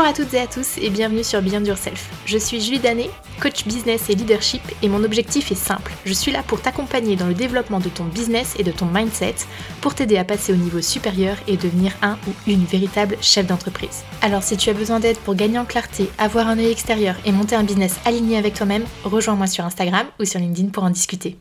à toutes et à tous et bienvenue sur Beyond Yourself. Je suis Julie Danet, coach business et leadership et mon objectif est simple. Je suis là pour t'accompagner dans le développement de ton business et de ton mindset pour t'aider à passer au niveau supérieur et devenir un ou une véritable chef d'entreprise. Alors si tu as besoin d'aide pour gagner en clarté, avoir un œil extérieur et monter un business aligné avec toi-même, rejoins-moi sur Instagram ou sur LinkedIn pour en discuter.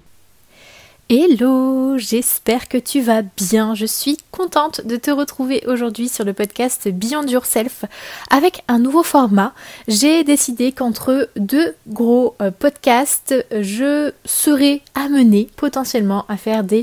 Hello, j'espère que tu vas bien. Je suis contente de te retrouver aujourd'hui sur le podcast Beyond Yourself avec un nouveau format. J'ai décidé qu'entre deux gros podcasts, je serai amenée potentiellement à faire des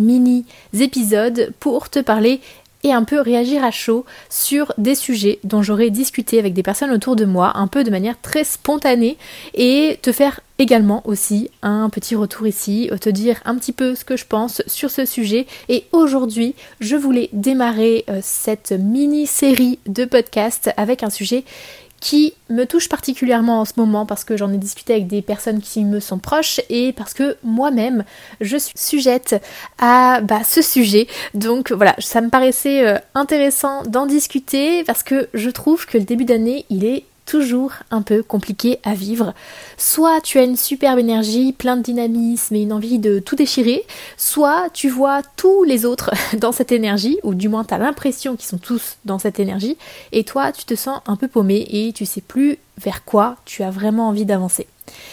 mini-épisodes pour te parler et un peu réagir à chaud sur des sujets dont j'aurais discuté avec des personnes autour de moi, un peu de manière très spontanée, et te faire également aussi un petit retour ici, te dire un petit peu ce que je pense sur ce sujet. Et aujourd'hui, je voulais démarrer cette mini-série de podcasts avec un sujet qui me touche particulièrement en ce moment parce que j'en ai discuté avec des personnes qui me sont proches et parce que moi-même je suis sujette à ce sujet. Donc voilà, ça me paraissait intéressant d'en discuter parce que je trouve que le début d'année il est toujours un peu compliqué à vivre. Soit tu as une superbe énergie, plein de dynamisme et une envie de tout déchirer, soit tu vois tous les autres dans cette énergie, ou du moins tu as l'impression qu'ils sont tous dans cette énergie, et toi tu te sens un peu paumé et tu sais plus vers quoi tu as vraiment envie d'avancer.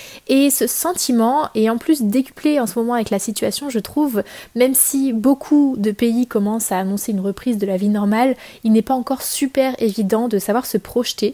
Et ce sentiment est en plus décuplé en ce moment avec la situation, je trouve, même si beaucoup de pays commencent à annoncer une reprise de la vie normale, il n'est pas encore super évident de savoir se projeter.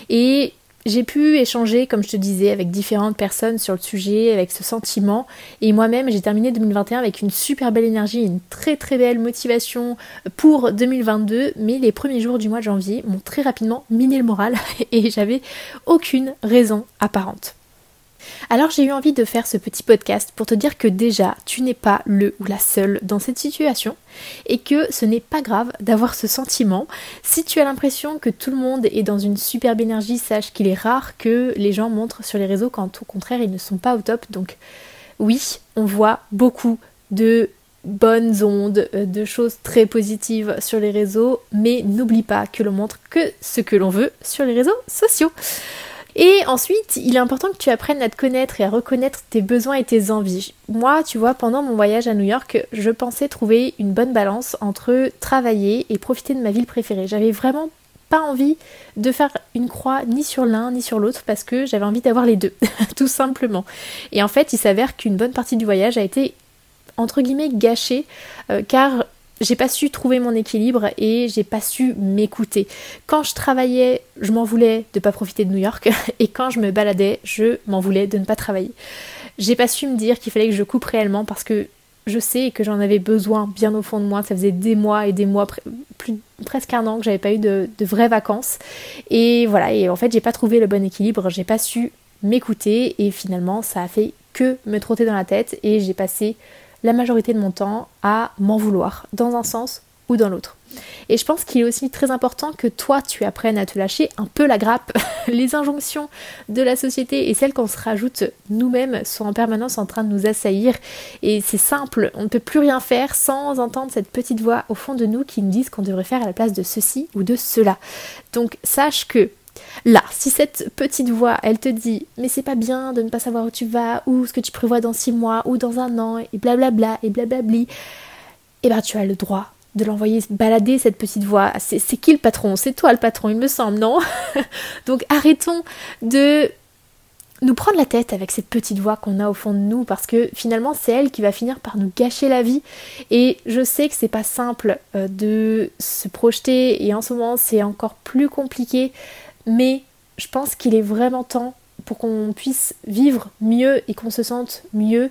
Et j'ai pu échanger, comme je te disais, avec différentes personnes sur le sujet, avec ce sentiment. Et moi-même, j'ai terminé 2021 avec une super belle énergie, une très très belle motivation pour 2022. Mais les premiers jours du mois de janvier m'ont très rapidement miné le moral et j'avais aucune raison apparente. Alors j'ai eu envie de faire ce petit podcast pour te dire que déjà tu n'es pas le ou la seule dans cette situation et que ce n'est pas grave d'avoir ce sentiment. Si tu as l'impression que tout le monde est dans une superbe énergie, sache qu'il est rare que les gens montrent sur les réseaux quand au contraire ils ne sont pas au top. Donc oui, on voit beaucoup de bonnes ondes, de choses très positives sur les réseaux, mais n'oublie pas que l'on montre que ce que l'on veut sur les réseaux sociaux. Et ensuite, il est important que tu apprennes à te connaître et à reconnaître tes besoins et tes envies. Moi, tu vois, pendant mon voyage à New York, je pensais trouver une bonne balance entre travailler et profiter de ma ville préférée. J'avais vraiment pas envie de faire une croix ni sur l'un ni sur l'autre parce que j'avais envie d'avoir les deux, tout simplement. Et en fait, il s'avère qu'une bonne partie du voyage a été, entre guillemets, gâchée car j'ai pas su trouver mon équilibre et j'ai pas su m'écouter. Quand je travaillais, je m'en voulais de pas profiter de New York et quand je me baladais, je m'en voulais de ne pas travailler. J'ai pas su me dire qu'il fallait que je coupe réellement parce que je sais que j'en avais besoin bien au fond de moi. Ça faisait des mois et des mois, presque un an que j'avais pas eu de vraies vacances. Et voilà, et en fait j'ai pas trouvé le bon équilibre, j'ai pas su m'écouter et finalement ça a fait que me trotter dans la tête et j'ai passé la majorité de mon temps à m'en vouloir, dans un sens ou dans l'autre. Et je pense qu'il est aussi très important que toi, tu apprennes à te lâcher un peu la grappe. Les injonctions de la société et celles qu'on se rajoute nous-mêmes sont en permanence en train de nous assaillir. Et c'est simple, on ne peut plus rien faire sans entendre cette petite voix au fond de nous qui nous disent qu'on devrait faire à la place de ceci ou de cela. Donc sache que là, si cette petite voix, elle te dit « mais c'est pas bien de ne pas savoir où tu vas, ou ce que tu prévois dans 6 mois, ou dans un an, et blablabla, et blablabli », eh ben tu as le droit de l'envoyer balader cette petite voix. C'est qui le patron ? C'est toi le patron, il me semble, non ? Donc arrêtons de nous prendre la tête avec cette petite voix qu'on a au fond de nous, parce que finalement c'est elle qui va finir par nous gâcher la vie. Et je sais que c'est pas simple de se projeter, et en ce moment c'est encore plus compliqué, mais je pense qu'il est vraiment temps, pour qu'on puisse vivre mieux et qu'on se sente mieux,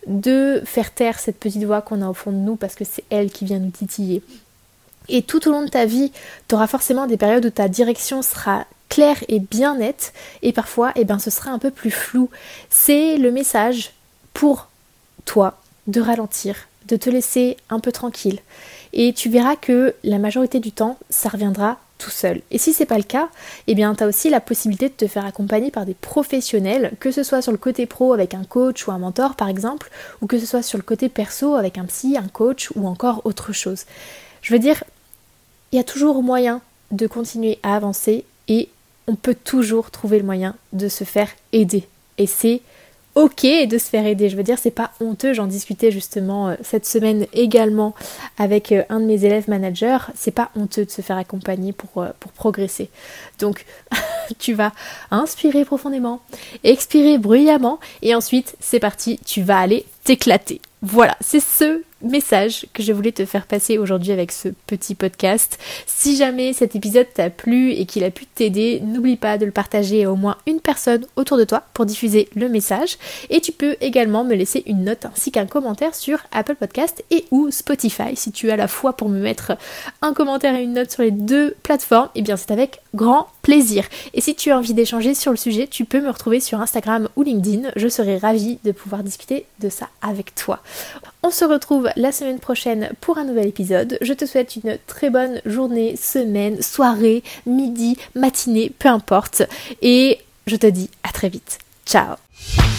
de faire taire cette petite voix qu'on a au fond de nous parce que c'est elle qui vient nous titiller. Et tout au long de ta vie, tu auras forcément des périodes où ta direction sera claire et bien nette et parfois ce sera un peu plus flou. C'est le message pour toi de ralentir, de te laisser un peu tranquille. Et tu verras que la majorité du temps, ça reviendra tout seul. Et si c'est pas le cas, tu as aussi la possibilité de te faire accompagner par des professionnels, que ce soit sur le côté pro avec un coach ou un mentor par exemple, ou que ce soit sur le côté perso avec un psy, un coach ou encore autre chose. Je veux dire, il y a toujours moyen de continuer à avancer et on peut toujours trouver le moyen de se faire aider. Et c'est ok de se faire aider, je veux dire, c'est pas honteux. J'en discutais justement cette semaine également avec un de mes élèves managers. C'est pas honteux de se faire accompagner pour progresser. Donc tu vas inspirer profondément, expirer bruyamment et ensuite c'est parti, tu vas aller t'éclater. Voilà, c'est ce message que je voulais te faire passer aujourd'hui avec ce petit podcast. Si jamais cet épisode t'a plu et qu'il a pu t'aider, n'oublie pas de le partager à au moins une personne autour de toi pour diffuser le message. Et tu peux également me laisser une note ainsi qu'un commentaire sur Apple Podcast et ou Spotify. Si tu as la foi pour me mettre un commentaire et une note sur les deux plateformes, eh bien c'est avec grand plaisir. Et si tu as envie d'échanger sur le sujet, tu peux me retrouver sur Instagram ou LinkedIn. Je serai ravie de pouvoir discuter de ça avec toi. On se retrouve la semaine prochaine pour un nouvel épisode. Je te souhaite une très bonne journée, semaine, soirée, midi, matinée, peu importe. Et je te dis à très vite. Ciao!